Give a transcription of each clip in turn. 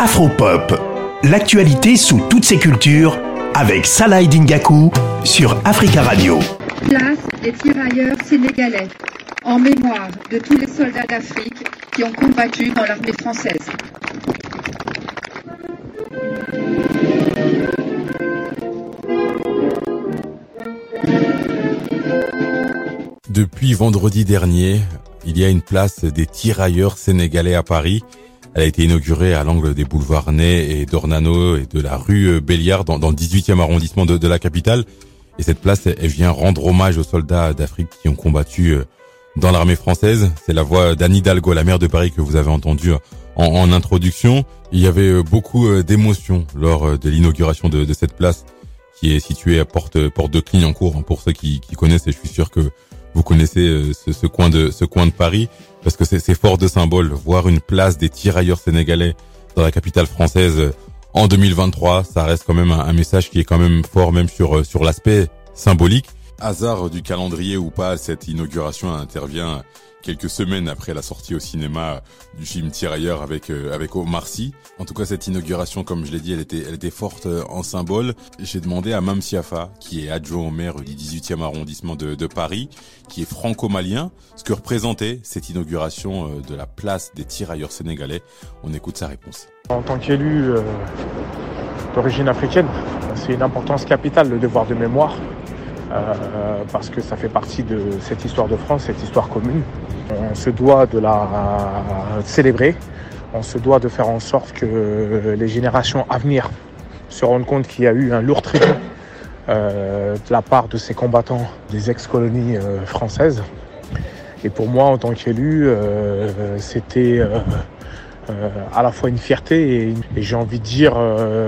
Afropop, l'actualité sous toutes ses cultures avec Salah Dingaku sur Africa Radio. Place des tirailleurs sénégalais, en mémoire de tous les soldats d'Afrique qui ont combattu dans l'armée française. Depuis vendredi dernier, il y a une place des tirailleurs sénégalais à Paris. Elle a été inaugurée à l'angle des boulevards Ney et d'Ornano et de la rue Béliard dans le 18e arrondissement de la capitale. Et cette place, elle vient rendre hommage aux soldats d'Afrique qui ont combattu dans l'armée française. C'est la voix d'Anne Hidalgo, la maire de Paris, que vous avez entendue en introduction. Il y avait beaucoup d'émotions lors de l'inauguration de cette place qui est située à porte de Clignancourt, pour ceux qui connaissent, et je suis sûr que vous connaissez ce coin de Paris, parce que c'est fort de symbole. Voir une place des tirailleurs sénégalais dans la capitale française en 2023, ça reste quand même un message qui est quand même fort, même sur l'aspect symbolique. Hasard du calendrier ou pas, cette inauguration intervient quelques semaines après la sortie au cinéma du film Tirailleurs avec Omar Sy. En tout cas, cette inauguration, comme je l'ai dit, elle était forte en symbole. J'ai demandé à Mame Siafa, qui est adjoint au maire du 18e arrondissement de Paris, qui est franco-malien, ce que représentait cette inauguration de la place des tirailleurs sénégalais. On écoute sa réponse. En tant qu'élu d'origine africaine, c'est une importance capitale, le devoir de mémoire. Parce que ça fait partie de cette histoire de France, cette histoire commune. On se doit de la célébrer, on se doit de faire en sorte que les générations à venir se rendent compte qu'il y a eu un lourd tribut de la part de ces combattants des ex-colonies françaises. Et pour moi, en tant qu'élu, c'était à la fois une fierté et j'ai envie de dire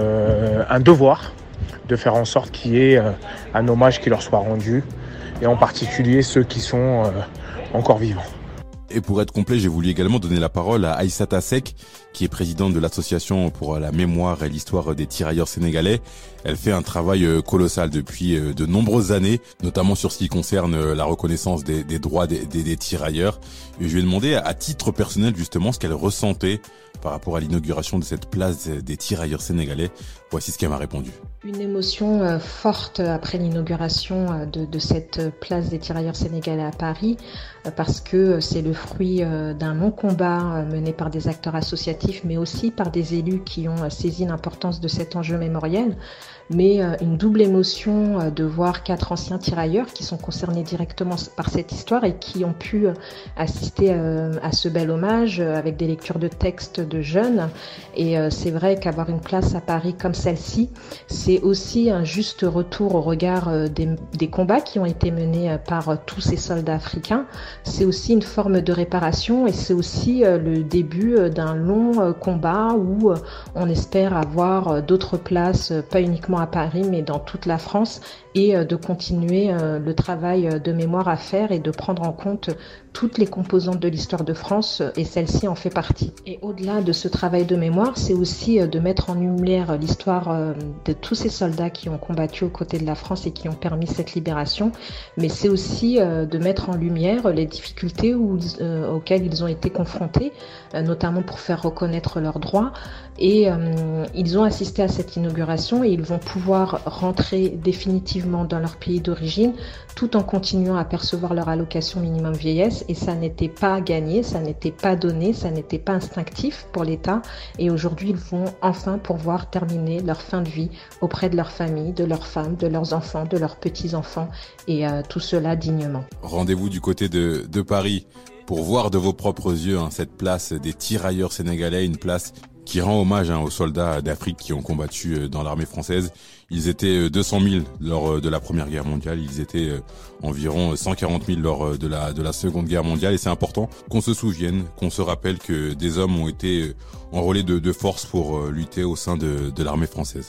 un devoir de faire en sorte qu'il y ait un hommage qui leur soit rendu, et en particulier ceux qui sont encore vivants. Et pour être complet, j'ai voulu également donner la parole à Aïssata Seck, qui est présidente de l'association pour la mémoire et l'histoire des tirailleurs sénégalais. Elle fait un travail colossal depuis de nombreuses années, notamment sur ce qui concerne la reconnaissance des droits des tirailleurs. Et je lui ai demandé à titre personnel justement ce qu'elle ressentait par rapport à l'inauguration de cette place des tirailleurs sénégalais. Voici ce qu'elle m'a répondu. Une émotion forte après l'inauguration de cette place des tirailleurs sénégalais à Paris, parce que c'est le fruit d'un long combat mené par des acteurs associatifs, mais aussi par des élus qui ont saisi l'importance de cet enjeu mémoriel. Mais une double émotion de voir 4 anciens tirailleurs qui sont concernés directement par cette histoire et qui ont pu assister à ce bel hommage avec des lectures de textes de jeunes. Et c'est vrai qu'avoir une place à Paris comme celle-ci, c'est aussi un juste retour au regard des combats qui ont été menés par tous ces soldats africains. C'est aussi une forme de réparation et c'est aussi le début d'un long combat où on espère avoir d'autres places, pas uniquement à Paris, mais dans toute la France, et de continuer le travail de mémoire à faire et de prendre en compte toutes les composantes de l'histoire de France, et celle-ci en fait partie. Et au-delà de ce travail de mémoire, c'est aussi de mettre en lumière l'histoire de tous ces soldats qui ont combattu aux côtés de la France et qui ont permis cette libération, mais c'est aussi de mettre en lumière les difficultés auxquelles ils ont été confrontés, notamment pour faire reconnaître leurs droits. Et ils ont assisté à cette inauguration et ils vont pouvoir rentrer définitivement dans leur pays d'origine tout en continuant à percevoir leur allocation minimum vieillesse. Et ça n'était pas gagné, ça n'était pas donné, ça n'était pas instinctif pour l'État. Et aujourd'hui, ils vont enfin pouvoir terminer leur fin de vie auprès de leur famille, de leurs femmes, de leurs enfants, de leurs petits-enfants, et tout cela dignement. Rendez-vous du côté de Paris pour voir de vos propres yeux cette place des tirailleurs sénégalais, une place qui rend hommage aux soldats d'Afrique qui ont combattu dans l'armée française. Ils étaient 200 000 lors de la Première Guerre mondiale, ils étaient environ 140 000 lors de la Seconde Guerre mondiale, et c'est important qu'on se souvienne, qu'on se rappelle que des hommes ont été enrôlés de force pour lutter au sein de l'armée française.